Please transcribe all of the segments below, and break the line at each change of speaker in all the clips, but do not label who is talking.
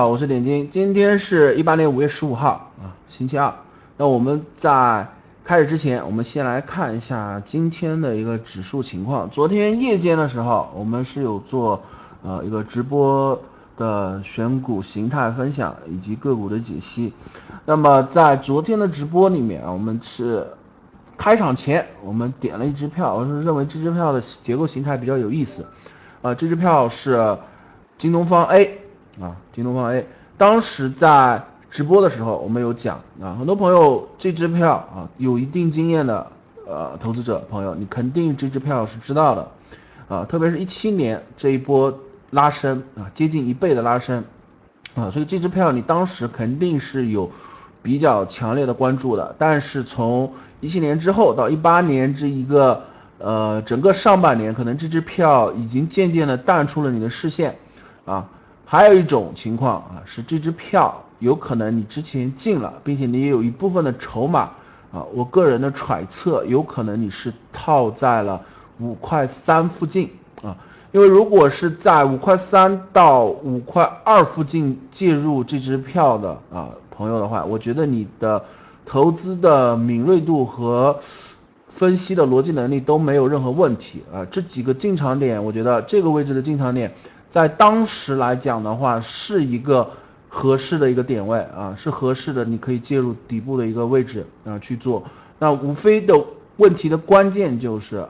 好，我是点金，今天是18年5月15号啊，星期二。那我们在开始之前，我们先来看一下今天的一个指数情况。昨天夜间的时候，我们是有做一个直播的选股形态分享以及个股的解析。那么在昨天的直播里面啊，我们是开场前我们点了一支票，我是认为这支票的结构形态比较有意思。这支票是京东方 A。京东方 A， 当时在直播的时候，我们有讲很多朋友这支票有一定经验的投资者朋友，你肯定这支票是知道的特别是17年这一波拉升接近1倍的拉升所以这支票你当时肯定是有比较强烈的关注的。但是从17年之后到18年这一个整个上半年，可能这支票已经渐渐的淡出了你的视线还有一种情况是这支票有可能你之前进了，并且你也有一部分的筹码我个人的揣测，有可能你是套在了5.3块附近因为如果是在5.3块到5.2块附近介入这支票的朋友的话，我觉得你的投资的敏锐度和分析的逻辑能力都没有任何问题这几个进场点，我觉得这个位置的进场点在当时来讲的话，是一个合适的一个点位是合适的，你可以介入底部的一个位置去做。那无非的问题的关键就是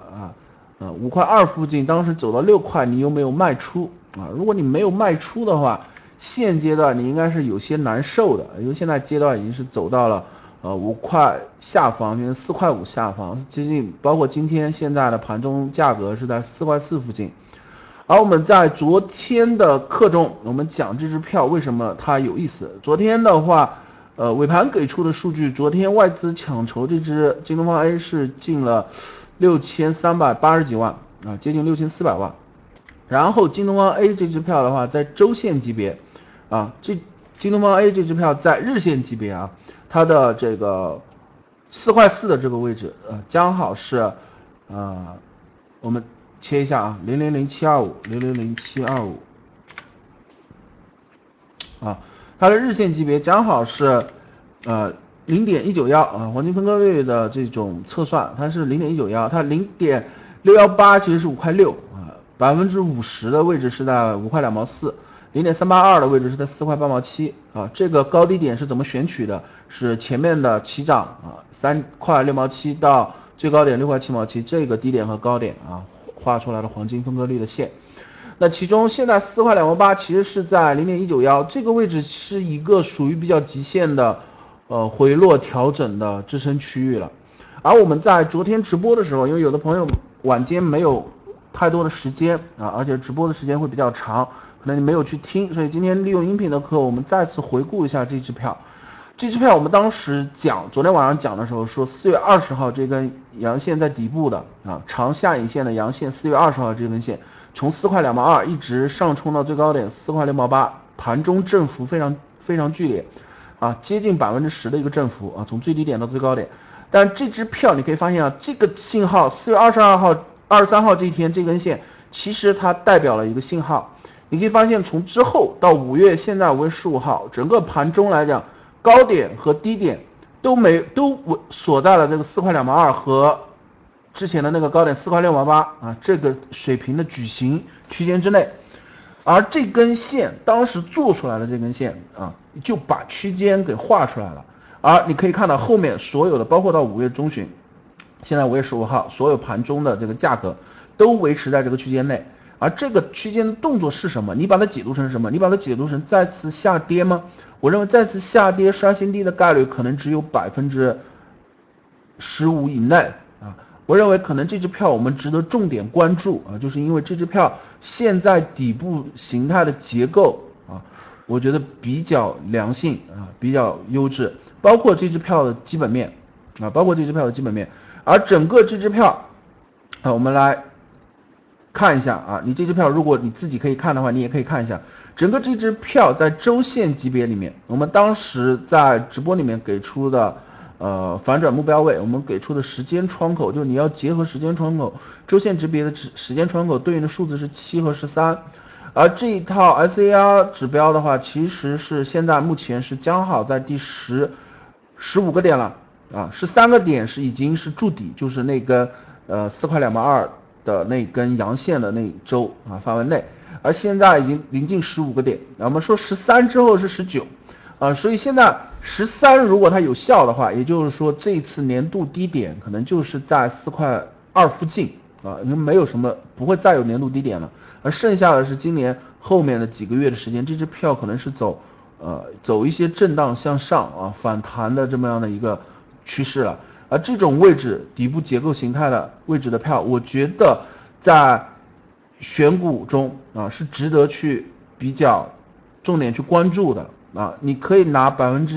5.2块附近，当时走到6块，你有没有卖出如果你没有卖出的话，现阶段你应该是有些难受的，因为现在阶段已经是走到了5块下方，因为4.5块下方，接近包括今天现在的盘中价格是在4.4块附近。而我们在昨天的课中，我们讲这支票为什么它有意思。昨天的话，尾盘给出的数据，昨天外资抢筹这支京东方 A 是进了6380几万接近6400万。然后京东方 A 这支票的话，在周线级别京东方 A 这支票在日线级别它的这个4.4块的这个位置刚好是我们切一下000725它的日线级别刚好是0.191黄金分割率的这种测算，它是0.191，它0.618其实是5.6块50%的位置是在5.2毛4 0.382的位置是在4.8毛7这个高低点是怎么选取的？是前面的起涨3.6毛7到最高点6.7毛7，这个低点和高点画出来的黄金分割率的线。那其中现在4.2毛8其实是在0.191这个位置，是一个属于比较极限的回落调整的支撑区域了。而我们在昨天直播的时候，因为有的朋友晚间没有太多的时间而且直播的时间会比较长，可能你没有去听，所以今天利用音频的课，我们再次回顾一下这支票。这支票我们当时昨天晚上讲的时候说，4月20号这根阳线在底部的长下影线的阳线，4月20号这根线从4.2毛2一直上冲到最高点4.6毛8，盘中振幅非常剧烈接近10%的一个振幅从最低点到最高点。但这支票你可以发现这个信号4月22号、23号这一天这根线，其实它代表了一个信号。你可以发现从之后到现在5月15号，整个盘中来讲，高点和低点都锁在了这个4.2毛2和之前的那个高点4.6毛8这个水平的矩形区间之内。而这根线当时做出来的这根线就把区间给画出来了。而你可以看到后面所有的，包括到5月中旬，现在5月15号，所有盘中的这个价格都维持在这个区间内。而这个区间的动作是什么？你把它解读成什么？你把它解读成再次下跌吗？我认为再次下跌刷新低的概率可能只有15%以内我认为可能这支票我们值得重点关注就是因为这支票现在底部形态的结构我觉得比较良性比较优质，包括这支票的基本面而整个这支票我们来看一下你这支票如果你自己可以看的话，你也可以看一下整个这支票在周线级别里面，我们当时在直播里面给出的反转目标位，我们给出的时间窗口，就是你要结合时间窗口，周线级别的时间窗口对应的数字是7和13 而这一套 SAR 指标的话，其实是现在目前是刚好在第15个点了啊，13个点是已经是筑底，就是那根4块2毛2的那根阳线的那一周啊范围内，而现在已经临近15个点，那我们说13之后是19啊，所以现在13如果它有效的话，也就是说这一次年度低点可能就是在4块2附近啊，因为没有什么不会再有年度低点了，而剩下的是今年后面的几个月的时间，这支票可能是走一些震荡向上啊反弹的这么样的一个趋势了，而这种位置底部结构形态的位置的票，我觉得在选股中啊是值得去比较重点去关注的啊，你可以拿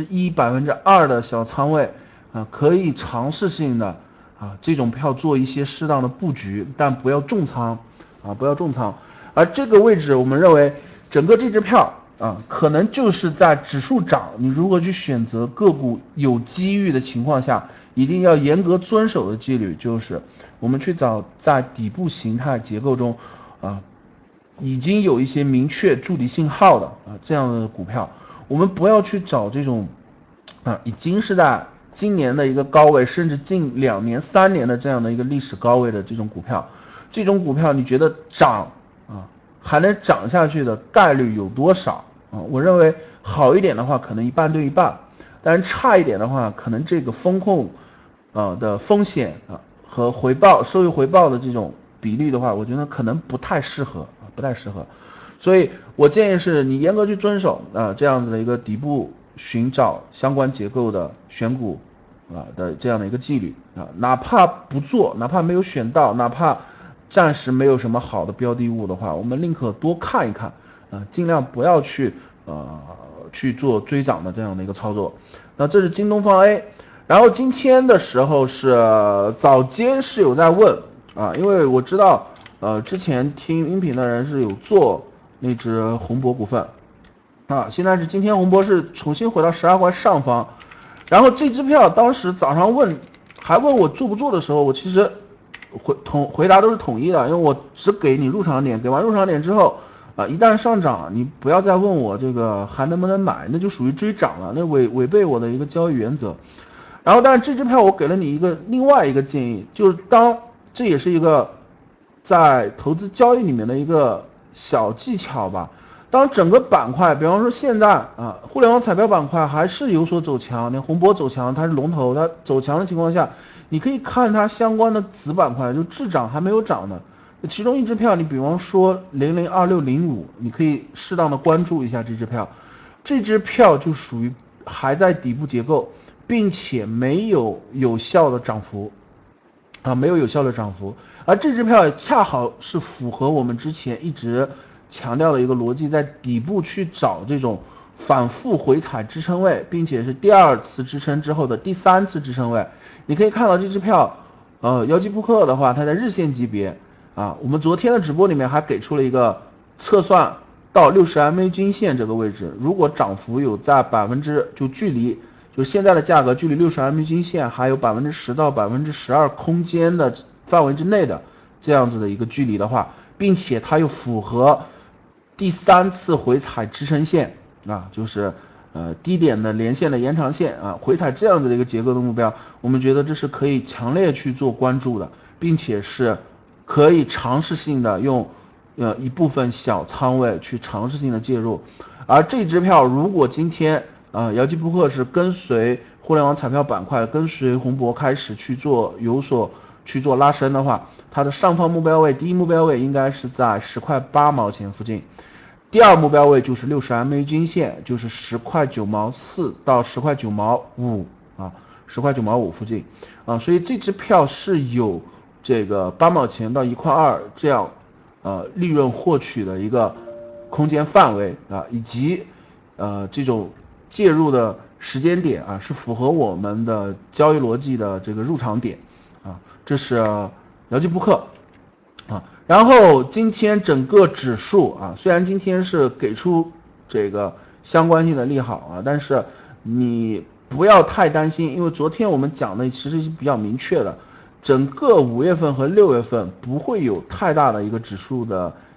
1%、2%的小仓位啊，可以尝试性的啊这种票做一些适当的布局，但不要重仓啊，不要重仓。而这个位置，我们认为整个这支票啊，可能就是在指数涨，你如何去选择个股有机遇的情况下，一定要严格遵守的纪律，就是我们去找在底部形态结构中啊，已经有一些明确筑底信号的啊这样的股票，我们不要去找这种啊已经是在今年的一个高位，甚至近2年、3年的这样的一个历史高位的这种股票，这种股票你觉得涨啊还能涨下去的概率有多少啊？我认为好一点的话，可能1半对1半，但是差一点的话，可能这个风控的风险啊和回报收益回报的这种比例的话，我觉得可能不太适合啊，不太适合。所以我建议是你严格去遵守这样子的一个底部寻找相关结构的选股的这样的一个纪律啊，哪怕不做，哪怕没有选到，哪怕暂时没有什么好的标的物的话，我们宁可多看一看啊，尽量不要去做追涨的这样的一个操作。那这是京东方 A， 然后今天的时候是早间是有在问啊，因为我知道之前听音频的人是有做那只宏博股份啊，现在是今天宏博是重新回到12块上方，然后这支票当时早上还问我做不做的时候，我其实回答都是统一的，因为我只给你入场点，给完入场点之后啊，一旦上涨，你不要再问我这个还能不能买，那就属于追涨了，那违背我的一个交易原则。然后，但是这支票我给了你另外一个建议，就是这也是一个在投资交易里面的一个小技巧吧。当整个板块，比方说现在啊，互联网彩票板块还是有所走强，那宏博走强，它是龙头，它走强的情况下，你可以看它相关的子板块，就滞涨还没有涨的，其中一支票，你比方说002605，你可以适当的关注一下这支票，这支票就属于还在底部结构，并且没有有效的涨幅啊，没有有效的涨幅，而这支票恰好是符合我们之前一直强调的一个逻辑，在底部去找这种反复回踩支撑位，并且是第2次支撑之后的第3次支撑位。你可以看到这支票，姚基扑克的话，它在日线级别啊，我们昨天的直播里面还给出了一个测算到60 MA 均线这个位置，如果涨幅有在就现在的价格距离60 MA 均线还有10%到12%空间的范围之内的这样子的一个距离的话，并且它又符合第3次回踩支撑线啊，就是低点的连线的延长线啊，回踩这样子的一个结构的目标，我们觉得这是可以强烈去做关注的，并且是可以尝试性的用一部分小仓位去尝试性的介入。而这支票如果今天姚基扑克是跟随互联网彩票板块，跟随宏博开始去做拉升的话，它的上方目标位，第一目标位应该是在10块8毛钱附近，第2目标位就是60 MA 均线，就是10块9毛4到10块9毛5啊，10块9毛5附近啊，所以这支票是有这个8毛钱到1块2这样利润获取的一个空间范围啊，以及这种介入的时间点啊，是符合我们的交易逻辑的这个入场点啊，这是姚基扑克啊。然后今天整个指数啊，虽然今天是给出这个相关性的利好啊，但是你不要太担心，因为昨天我们讲的其实是比较明确的，整个5月份和6月份不会有太大的一个指数的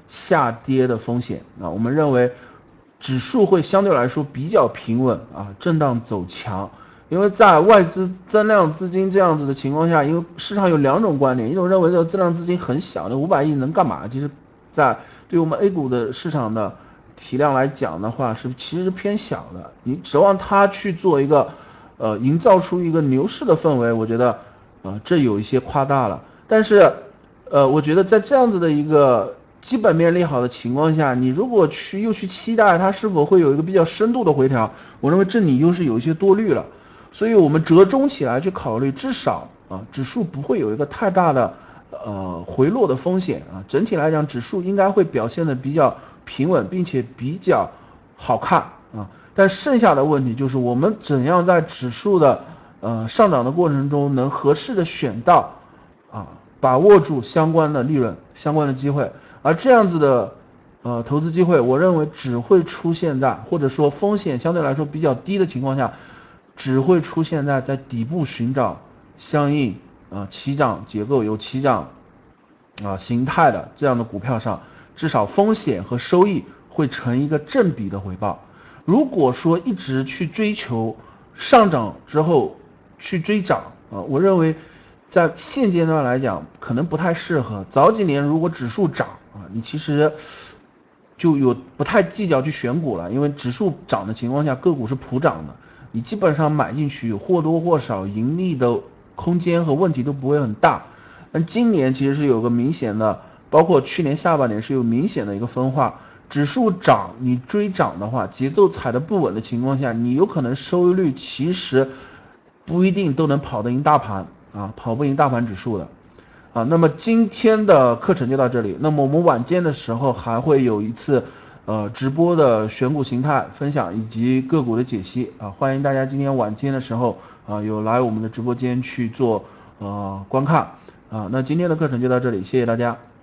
下跌的风险啊。我们认为指数会相对来说比较平稳啊，震荡走强。因为在外资增量资金这样子的情况下，因为市场有两种观点，一种认为这个增量资金很小，那500亿能干嘛？其实，在对于我们 A 股的市场的体量来讲的话，其实是偏小的。你指望它去做一个营造出一个牛市的氛围，我觉得这有一些夸大了。但是我觉得在这样子的一个基本面利好的情况下，你如果又去期待它是否会有一个比较深度的回调，我认为这里又是有一些多虑了。所以我们折中起来去考虑，至少指数不会有一个太大的回落的风险啊。整体来讲，指数应该会表现的比较平稳，并且比较好看啊。但剩下的问题就是我们怎样在指数的上涨的过程中能合适的选到把握住相关的利润、相关的机会，而这样子的投资机会，我认为只会出现在或者说风险相对来说比较低的情况下，只会出现在底部寻找相应起涨结构有起涨形态的这样的股票上，至少风险和收益会成一个正比的回报。如果说一直去追求上涨之后去追涨我认为在现阶段来讲可能不太适合。早几年如果指数涨你其实就不太计较去选股了，因为指数涨的情况下个股是普涨的，你基本上买进去或多或少盈利的空间和问题都不会很大。但今年其实是有个明显的，包括去年下半年是有明显的一个分化，指数涨你追涨的话，节奏踩得不稳的情况下，你有可能收益率其实不一定都能跑得赢大盘跑不赢大盘指数的那么今天的课程就到这里，那么我们晚间的时候还会有一次直播的选股形态分享以及个股的解析欢迎大家今天晚间的时候有来我们的直播间去做观看那今天的课程就到这里，谢谢大家。